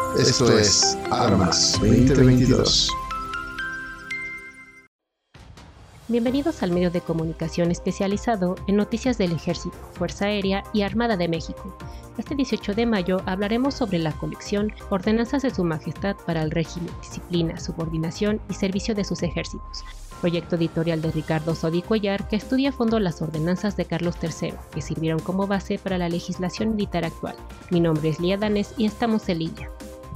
Esto es Armas 2022. Bienvenidos al medio de comunicación especializado en noticias del Ejército, Fuerza Aérea y Armada de México. Este 18 de mayo hablaremos sobre la colección Ordenanzas de Su Majestad para el régimen, disciplina, subordinación y servicio de sus ejércitos, proyecto editorial de Ricardo Sodi Cuellar que estudia a fondo las ordenanzas de Carlos III, que sirvieron como base para la legislación militar actual. Mi nombre es Lía Danes y estamos en línea.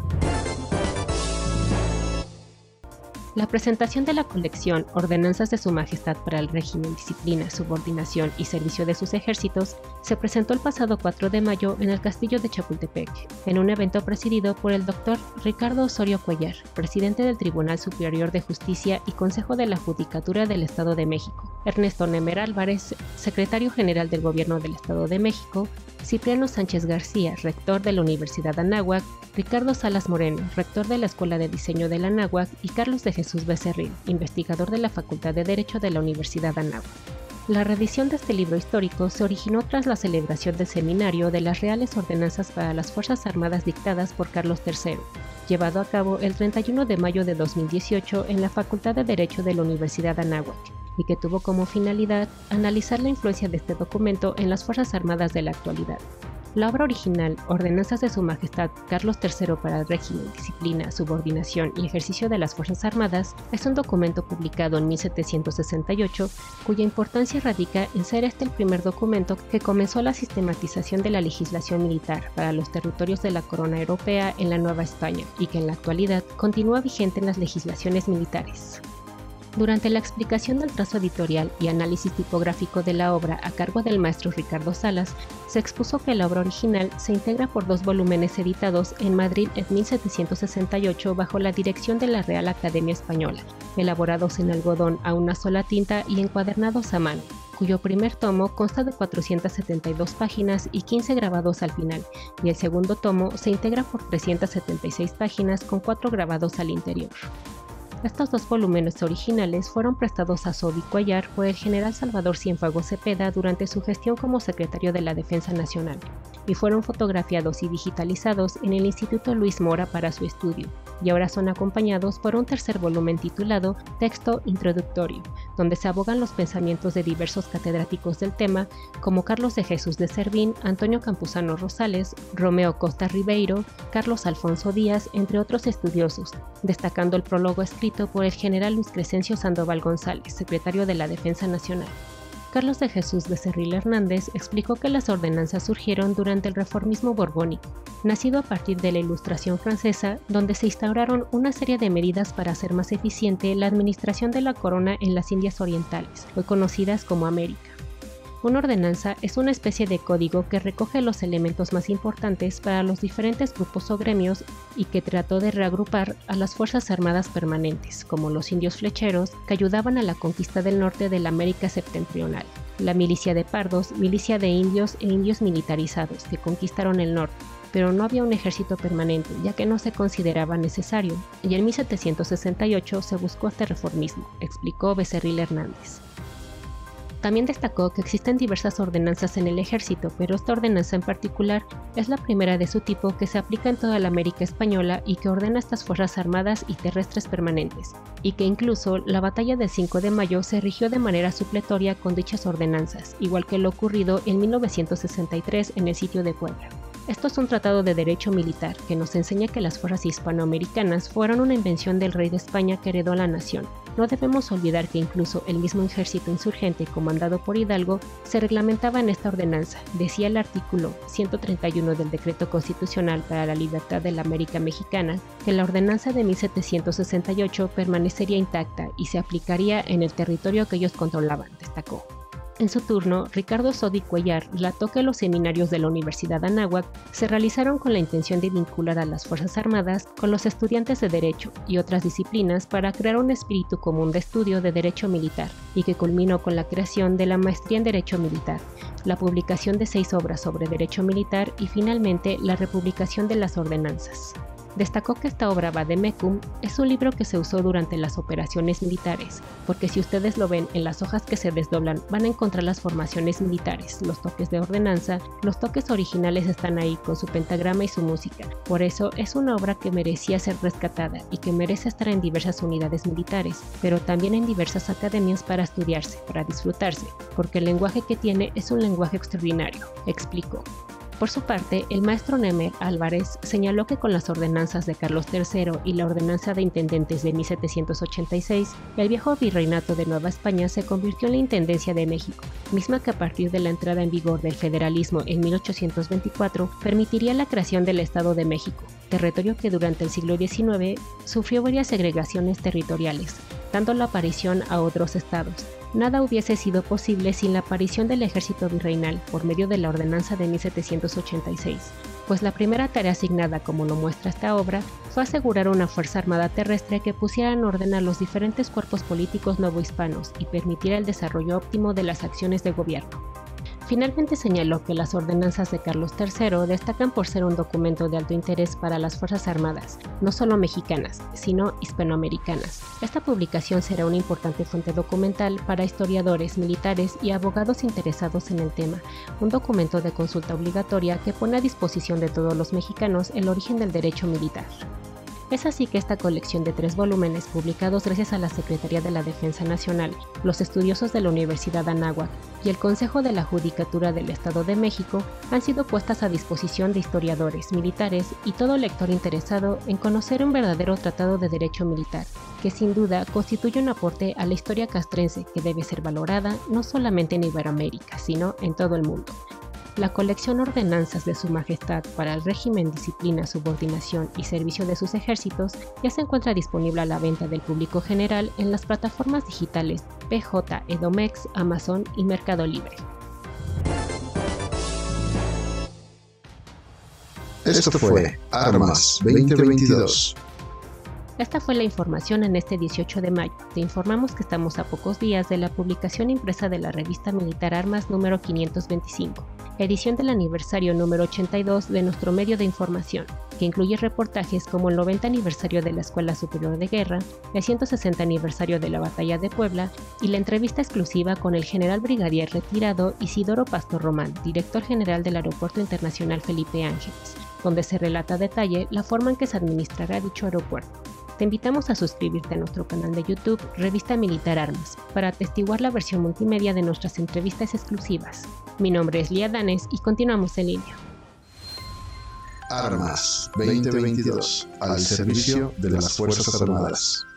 La presentación de la colección Ordenanzas de Su Majestad para el régimen, disciplina, subordinación y servicio de sus ejércitos se presentó el pasado 4 de mayo en el Castillo de Chapultepec, en un evento presidido por el Dr. Ricardo Osorio Cuellar, presidente del Tribunal Superior de Justicia y Consejo de la Judicatura del Estado de México, Ernesto Nemer Álvarez, secretario general del Gobierno del Estado de México, Cipriano Sánchez García, rector de la Universidad Anáhuac, Ricardo Salas Moreno, rector de la Escuela de Diseño de la Anáhuac y Carlos de Jesús Becerril, investigador de la Facultad de Derecho de la Universidad Anáhuac. La reedición de este libro histórico se originó tras la celebración del seminario de las Reales Ordenanzas para las Fuerzas Armadas dictadas por Carlos III, llevado a cabo el 31 de mayo de 2018 en la Facultad de Derecho de la Universidad Anáhuac, y que tuvo como finalidad analizar la influencia de este documento en las Fuerzas Armadas de la actualidad. La obra original, Ordenanzas de Su Majestad Carlos III para el régimen, disciplina, subordinación y ejercicio de las Fuerzas Armadas, es un documento publicado en 1768, cuya importancia radica en ser este el primer documento que comenzó la sistematización de la legislación militar para los territorios de la corona europea en la Nueva España y que en la actualidad continúa vigente en las legislaciones militares. Durante la explicación del trazo editorial y análisis tipográfico de la obra a cargo del maestro Ricardo Salas, se expuso que la obra original se integra por 2 volúmenes editados en Madrid en 1768 bajo la dirección de la Real Academia Española, elaborados en algodón a una sola tinta y encuadernados a mano, cuyo primer tomo consta de 472 páginas y 15 grabados al final, y el segundo tomo se integra por 376 páginas con 4 grabados al interior. Estos 2 volúmenes originales fueron prestados a Sodi Cuellar por el general Salvador Cienfuegos Cepeda durante su gestión como secretario de la Defensa Nacional, y fueron fotografiados y digitalizados en el Instituto Luis Mora para su estudio, y ahora son acompañados por un tercer volumen titulado Texto Introductorio, donde se abogan los pensamientos de diversos catedráticos del tema, como Carlos de Jesús de Servín, Antonio Campuzano Rosales, Romeo Costa Ribeiro, Carlos Alfonso Díaz, entre otros estudiosos, destacando el prólogo escrito por el general Luis Crescencio Sandoval González, secretario de la Defensa Nacional. Carlos de Jesús Becerril Hernández explicó que las ordenanzas surgieron durante el reformismo borbónico, nacido a partir de la Ilustración francesa, donde se instauraron una serie de medidas para hacer más eficiente la administración de la corona en las Indias Orientales, hoy conocidas como América. Una ordenanza es una especie de código que recoge los elementos más importantes para los diferentes grupos o gremios y que trató de reagrupar a las Fuerzas Armadas permanentes, como los indios flecheros, que ayudaban a la conquista del norte de la América septentrional, la milicia de pardos, milicia de indios e indios militarizados, que conquistaron el norte, pero no había un ejército permanente, ya que no se consideraba necesario, y en 1768 se buscó este reformismo, explicó Becerril Hernández. También destacó que existen diversas ordenanzas en el ejército, pero esta ordenanza en particular es la primera de su tipo que se aplica en toda la América española y que ordena estas fuerzas armadas y terrestres permanentes, y que incluso la batalla del 5 de mayo se rigió de manera supletoria con dichas ordenanzas, igual que lo ocurrido en 1963 en el sitio de Puebla. Esto es un tratado de derecho militar que nos enseña que las fuerzas hispanoamericanas fueron una invención del rey de España que heredó la nación. No debemos olvidar que incluso el mismo ejército insurgente comandado por Hidalgo se reglamentaba en esta ordenanza. Decía el artículo 131 del Decreto Constitucional para la Libertad de la América Mexicana que la ordenanza de 1768 permanecería intacta y se aplicaría en el territorio que ellos controlaban, destacó. En su turno, Ricardo Sodi Cuellar relató que los seminarios de la Universidad Anáhuac se realizaron con la intención de vincular a las Fuerzas Armadas con los estudiantes de Derecho y otras disciplinas para crear un espíritu común de estudio de Derecho Militar, y que culminó con la creación de la Maestría en Derecho Militar, la publicación de 6 obras sobre Derecho Militar y finalmente la republicación de las ordenanzas. Destacó que esta obra Vademecum es un libro que se usó durante las operaciones militares, porque si ustedes lo ven en las hojas que se desdoblan van a encontrar las formaciones militares, los toques de ordenanza, los toques originales están ahí con su pentagrama y su música. Por eso es una obra que merecía ser rescatada y que merece estar en diversas unidades militares, pero también en diversas academias para estudiarse, para disfrutarse, porque el lenguaje que tiene es un lenguaje extraordinario, explicó. Por su parte, el maestro Nemer Álvarez señaló que con las ordenanzas de Carlos III y la ordenanza de intendentes de 1786, el viejo virreinato de Nueva España se convirtió en la Intendencia de México, misma que a partir de la entrada en vigor del federalismo en 1824 permitiría la creación del Estado de México, territorio que durante el siglo XIX sufrió varias segregaciones territoriales, dando la aparición a otros estados. Nada hubiese sido posible sin la aparición del ejército virreinal por medio de la ordenanza de 1786, pues la primera tarea asignada, como lo muestra esta obra, fue asegurar una fuerza armada terrestre que pusiera en orden a los diferentes cuerpos políticos novohispanos y permitiera el desarrollo óptimo de las acciones de gobierno. Finalmente señaló que las ordenanzas de Carlos III destacan por ser un documento de alto interés para las Fuerzas Armadas, no solo mexicanas, sino hispanoamericanas. Esta publicación será una importante fuente documental para historiadores, militares y abogados interesados en el tema, un documento de consulta obligatoria que pone a disposición de todos los mexicanos el origen del derecho militar. Es así que esta colección de 3 volúmenes publicados gracias a la Secretaría de la Defensa Nacional, los estudiosos de la Universidad Anáhuac y el Consejo de la Judicatura del Estado de México han sido puestas a disposición de historiadores, militares y todo lector interesado en conocer un verdadero tratado de derecho militar, que sin duda constituye un aporte a la historia castrense que debe ser valorada no solamente en Iberoamérica, sino en todo el mundo. La colección Ordenanzas de Su Majestad para el régimen, disciplina, subordinación y servicio de sus ejércitos ya se encuentra disponible a la venta del público general en las plataformas digitales PJ, Edomex, Amazon y Mercado Libre. Esto fue Armas 2022. Esta fue la información en este 18 de mayo. Te informamos que estamos a pocos días de la publicación impresa de la revista militar Armas número 525, edición del aniversario número 82 de nuestro medio de información, que incluye reportajes como el 90 aniversario de la Escuela Superior de Guerra, el 160 aniversario de la Batalla de Puebla y la entrevista exclusiva con el general brigadier retirado Isidoro Pastor Román, director general del Aeropuerto Internacional Felipe Ángeles, donde se relata a detalle la forma en que se administrará dicho aeropuerto. Te invitamos a suscribirte a nuestro canal de YouTube Revista Militar Armas para atestiguar la versión multimedia de nuestras entrevistas exclusivas. Mi nombre es Lía Danes y continuamos en línea. Armas 2022, al servicio de las Fuerzas Armadas.